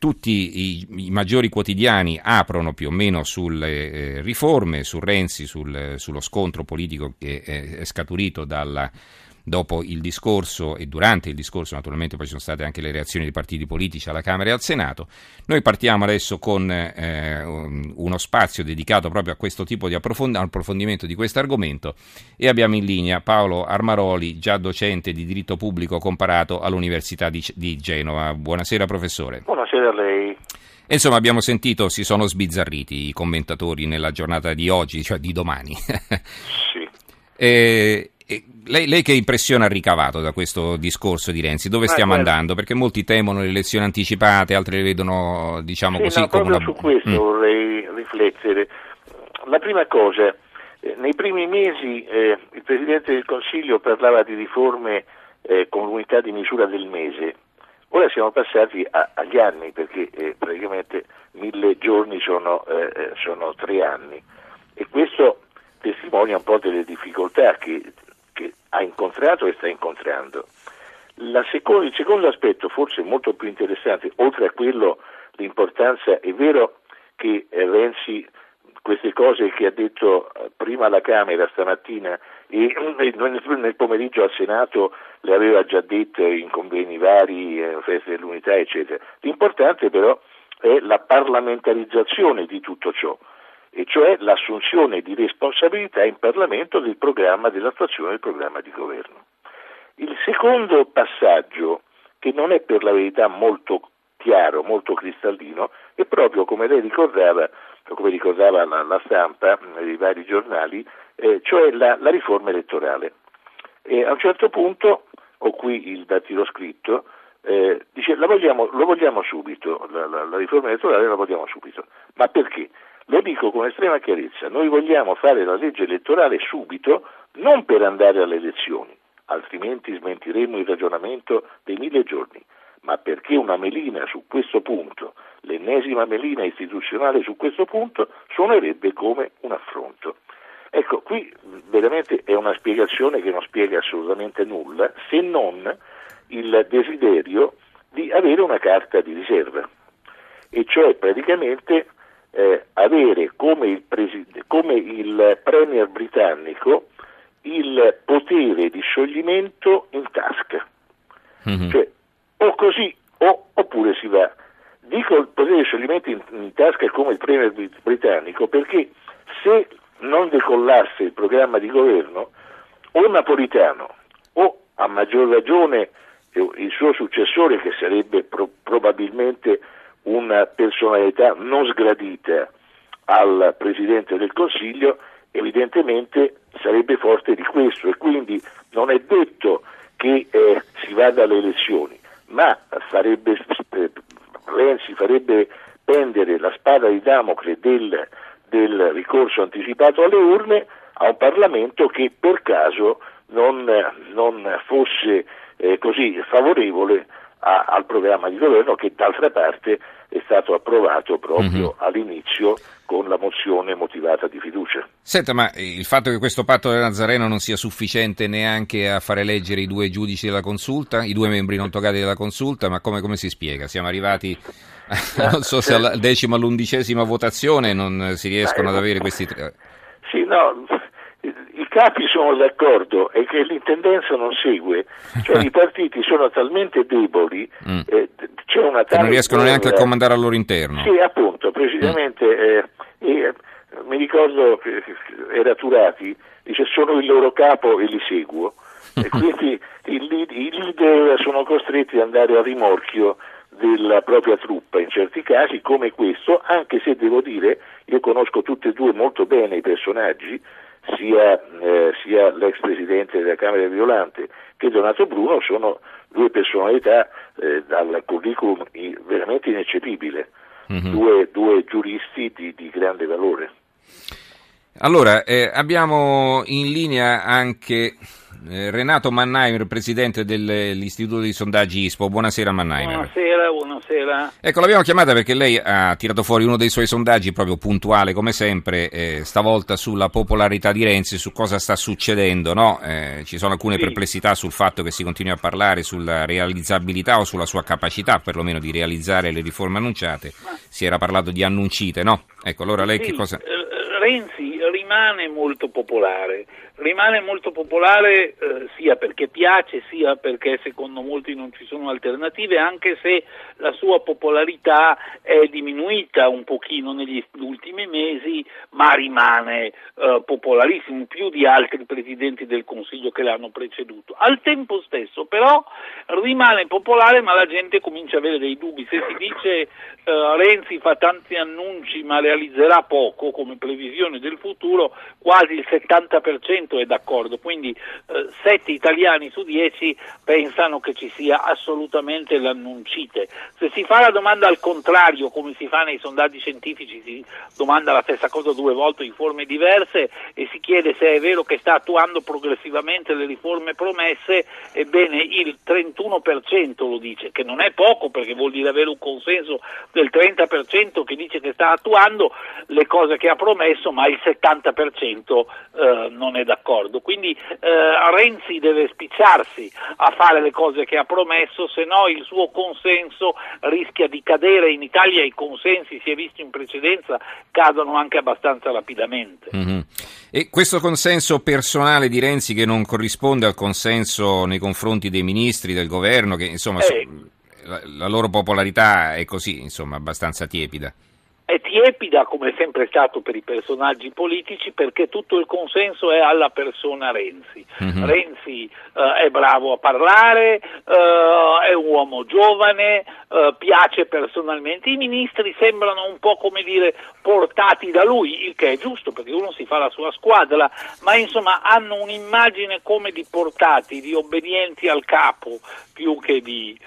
tutti i maggiori quotidiani aprono più o meno sulle riforme, su Renzi, sullo scontro politico che è scaturito dopo il discorso e durante il discorso. Naturalmente poi ci sono state anche le reazioni dei partiti politici alla Camera e al Senato. Noi partiamo adesso con uno spazio dedicato proprio a questo tipo di approfondimento di questo argomento, e abbiamo in linea Paolo Armaroli, già docente di diritto pubblico comparato all'Università di Genova. Buonasera professore. Buonasera a lei. Insomma, abbiamo sentito, si sono sbizzarriti i commentatori nella giornata di oggi, cioè di domani. Sì. Lei che impressione ha ricavato da questo discorso di Renzi? Dove stiamo andando? Perché molti temono le elezioni anticipate, altri le vedono, diciamo così, no, come proprio su questo vorrei riflettere. La prima cosa, nei primi mesi il Presidente del Consiglio parlava di riforme con l'unità di misura del mese. Ora siamo passati agli anni, perché praticamente 1000 giorni sono 3 anni, e questo testimonia un po' delle difficoltà che ha incontrato e sta incontrando. Il secondo aspetto, forse molto più interessante, oltre a quello, l'importanza, è vero che Renzi queste cose che ha detto prima alla Camera stamattina e nel pomeriggio al Senato le aveva già dette in convegni vari, feste dell'unità, eccetera. L'importante però è la parlamentarizzazione di tutto ciò, e cioè l'assunzione di responsabilità in Parlamento dell'attuazione del programma di governo. Il secondo passaggio, che non è per la verità molto chiaro, molto cristallino, è proprio come lei ricordava, come ricordava la stampa nei vari giornali, cioè la riforma elettorale. A un certo punto, ho qui il dattilo scritto, dice lo vogliamo subito, la riforma elettorale la vogliamo subito. Ma perché? Lo dico con estrema chiarezza: noi vogliamo fare la legge elettorale subito, non per andare alle elezioni, altrimenti smentiremmo il ragionamento dei 1000 giorni, ma perché una melina su questo punto, l'ennesima melina istituzionale su questo punto, suonerebbe come un affronto. Ecco, qui veramente è una spiegazione che non spiega assolutamente nulla, se non il desiderio di avere una carta di riserva, e cioè praticamente avere come il premier britannico il potere di scioglimento in tasca. Mm-hmm. Cioè, o così oppure si va. Dico il potere di scioglimento in tasca come il premier britannico perché se non decollasse il programma di governo, o Napolitano o a maggior ragione il suo successore, che sarebbe probabilmente una personalità non sgradita al Presidente del Consiglio, evidentemente sarebbe forte di questo, e quindi non è detto che si vada alle elezioni, ma Renzi farebbe pendere la spada di Damocle del ricorso anticipato alle urne a un Parlamento che per caso non fosse così favorevole al programma di governo, che d'altra parte è stato approvato proprio all'inizio con la mozione motivata di fiducia. Senta, ma il fatto che questo patto del Nazareno non sia sufficiente neanche a fare eleggere i 2 giudici della consulta, i 2 membri non toccati della consulta, ma come si spiega? Siamo arrivati, non so se alla 10ª o all'11ª votazione non si riescono ad avere questi 3. Sì, no, i capi sono d'accordo, è che l'intendenza non segue, cioè i partiti sono talmente deboli, c'è una tale... Che non riescono neanche a comandare al loro interno. Sì, appunto, precisamente, mi ricordo che era Turati, dice: sono il loro capo e li seguo, e quindi i leader sono costretti ad andare a rimorchio della propria truppa in certi casi come questo, anche se devo dire, io conosco tutti e 2 molto bene i personaggi, sia l'ex presidente della Camera Violante che Donato Bruno, sono 2 personalità dal curriculum veramente ineccepibile, 2 giuristi di grande valore. Allora, abbiamo in linea anche Renato Mannheimer, presidente dell'Istituto di Sondaggi ISPO. Buonasera Mannheimer. Buonasera. Ecco, l'abbiamo chiamata perché lei ha tirato fuori uno dei suoi sondaggi, proprio puntuale come sempre, stavolta sulla popolarità di Renzi, su cosa sta succedendo, no? Ci sono alcune perplessità sul fatto che si continui a parlare sulla realizzabilità o sulla sua capacità, perlomeno, di realizzare le riforme annunciate. Si era parlato di annuncite, no? Ecco, allora lei che cosa... Renzi rimane molto popolare sia perché piace sia perché secondo molti non ci sono alternative, anche se la sua popolarità è diminuita un pochino negli ultimi mesi, ma rimane popolarissimo, più di altri presidenti del Consiglio che l'hanno preceduto. Al tempo stesso però rimane popolare, ma la gente comincia a avere dei dubbi. Se si dice Renzi fa tanti annunci ma realizzerà poco come previsione del futuro, quasi il 70% è d'accordo, quindi 7 italiani su 10 pensano che ci sia assolutamente l'annuncite. Se si fa la domanda al contrario, come si fa nei sondaggi scientifici, si domanda la stessa cosa 2 volte in forme diverse e si chiede se è vero che sta attuando progressivamente le riforme promesse, ebbene il 31% lo dice, che non è poco perché vuol dire avere un consenso del 30% che dice che sta attuando le cose che ha promesso, ma il 70% non è d'accordo. Quindi Renzi deve spicciarsi a fare le cose che ha promesso, se no il suo consenso rischia di cadere. In Italia i consensi, si è visto in precedenza, cadono anche abbastanza rapidamente. Mm-hmm. E questo consenso personale di Renzi che non corrisponde al consenso nei confronti dei ministri del governo, che insomma la loro popolarità è così, insomma, abbastanza tiepida. È tiepida, come è sempre stato per i personaggi politici, perché tutto il consenso è alla persona Renzi. Mm-hmm. Renzi è bravo a parlare, è un uomo giovane, piace personalmente. I ministri sembrano un po', come dire, portati da lui, il che è giusto perché uno si fa la sua squadra, ma insomma hanno un'immagine come di portati, di obbedienti al capo, più che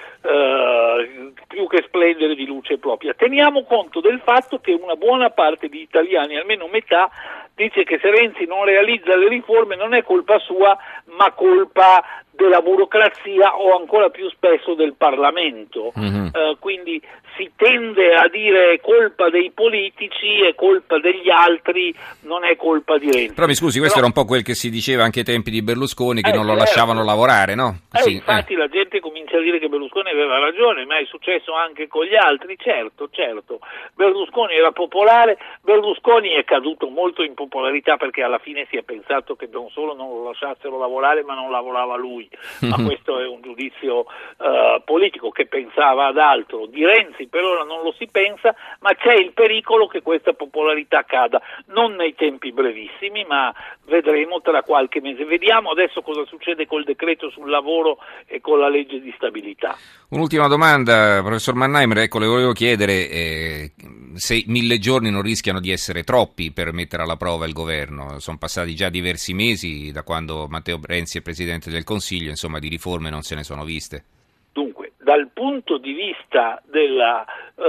splendere di luce propria. Teniamo conto del fatto che una buona parte di italiani, almeno metà, dice che se Renzi non realizza le riforme non è colpa sua, ma colpa della burocrazia o ancora più spesso del Parlamento. Mm-hmm. Quindi si tende a dire è colpa dei politici, è colpa degli altri, non è colpa di Renzi. Però mi scusi, questo era un po' quel che si diceva anche ai tempi di Berlusconi, che non lo lasciavano lavorare, no? Sì, infatti la gente comincia a dire che Berlusconi aveva ragione, ma è successo anche con gli altri. Certo, Berlusconi era popolare, Berlusconi è caduto molto in popolarità perché alla fine si è pensato che non solo non lo lasciassero lavorare, ma non lavorava lui. Ma questo è un giudizio politico, che pensava ad altro. Di Renzi per ora non lo si pensa, ma c'è il pericolo che questa popolarità cada, non nei tempi brevissimi, ma vedremo tra qualche mese. Vediamo adesso cosa succede col decreto sul lavoro e con la legge di stabilità. Un'ultima domanda, professor Mannheimer, ecco, le volevo chiedere se 1000 giorni non rischiano di essere troppi per mettere alla prova il governo. Sono passati già diversi mesi da quando Matteo Renzi è Presidente del Consiglio, insomma di riforme non se ne sono viste. Dunque, dal punto di vista della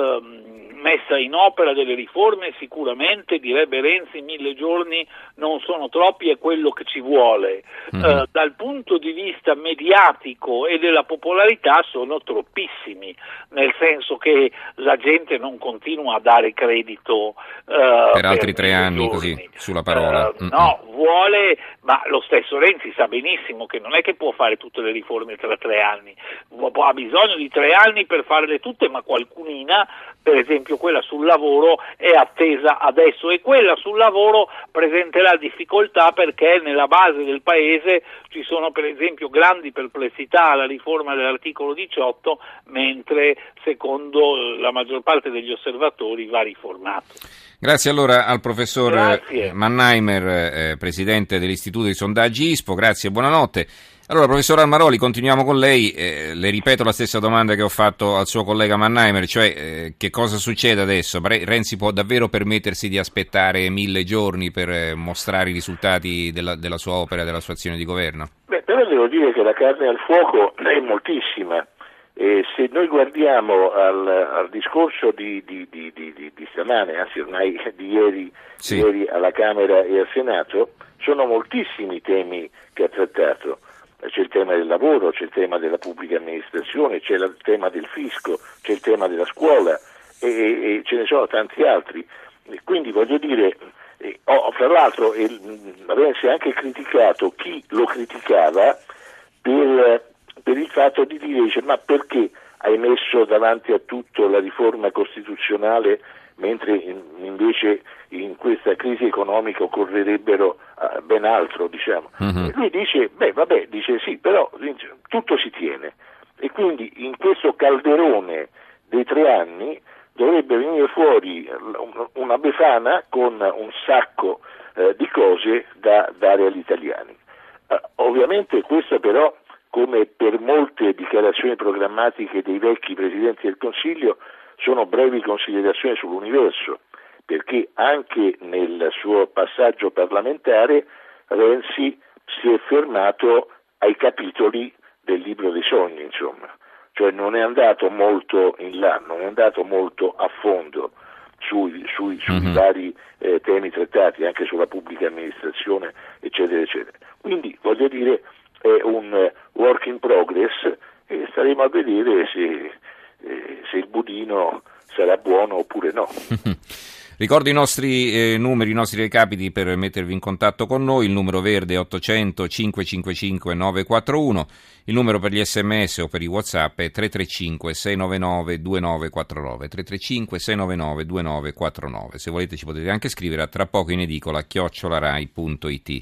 messa in opera delle riforme, sicuramente, direbbe Renzi, 1000 giorni non sono troppi, è quello che ci vuole. Mm-hmm. Dal punto di vista mediatico e della popolarità sono troppissimi, nel senso che la gente non continua a dare credito per altri 3 anni così, sulla parola. No, vuole, ma lo stesso Renzi sa benissimo che non è che può fare tutte le riforme tra 3 anni, ha bisogno di 3 anni per farle tutte, ma qualcunina, per esempio quella sul lavoro, è attesa adesso, e quella sul lavoro presenterà difficoltà perché nella base del paese ci sono per esempio grandi perplessità alla riforma dell'articolo 18, mentre secondo la maggior parte degli osservatori va riformato. Grazie allora al professor Mannheimer, presidente dell'Istituto di Sondaggi ISPO, grazie e buonanotte. Allora, professor Armaroli, continuiamo con lei, le ripeto la stessa domanda che ho fatto al suo collega Mannheimer, cioè che cosa succede adesso? Renzi può davvero permettersi di aspettare 1000 giorni per mostrare i risultati della sua opera, della sua azione di governo? Però devo dire che la carne al fuoco è moltissima. Se noi guardiamo al discorso di stamane, anzi ormai di ieri alla Camera e al Senato, sono moltissimi i temi che ha trattato. C'è il tema del lavoro, c'è il tema della pubblica amministrazione, c'è il tema del fisco, c'è il tema della scuola e ce ne sono tanti altri. Quindi voglio dire, fra l'altro Renzi ha anche criticato chi lo criticava per il fatto di dire, dice, ma perché hai messo davanti a tutto la riforma costituzionale mentre invece in questa crisi economica occorrerebbero ben altro, diciamo. E lui dice, dice sì, però tutto si tiene e quindi in questo calderone dei 3 anni dovrebbe venire fuori una Befana con un sacco di cose da dare agli italiani. Ovviamente questo però, come per molte dichiarazioni programmatiche dei vecchi Presidenti del Consiglio, sono brevi considerazioni sull'universo, perché anche nel suo passaggio parlamentare Renzi si è fermato ai capitoli del libro dei sogni, insomma, cioè non è andato molto in là, non è andato molto a fondo sui vari temi trattati, anche sulla pubblica amministrazione, eccetera, eccetera. Quindi, voglio dire, è un work in progress e staremo a vedere se il budino sarà buono oppure no. Ricordo i nostri numeri, i nostri recapiti per mettervi in contatto con noi: il numero verde 800 555 941, il numero per gli sms o per i WhatsApp è 335 699 2949, 335 699 2949. Se volete ci potete anche scrivere a tra poco in edicola @rai.it.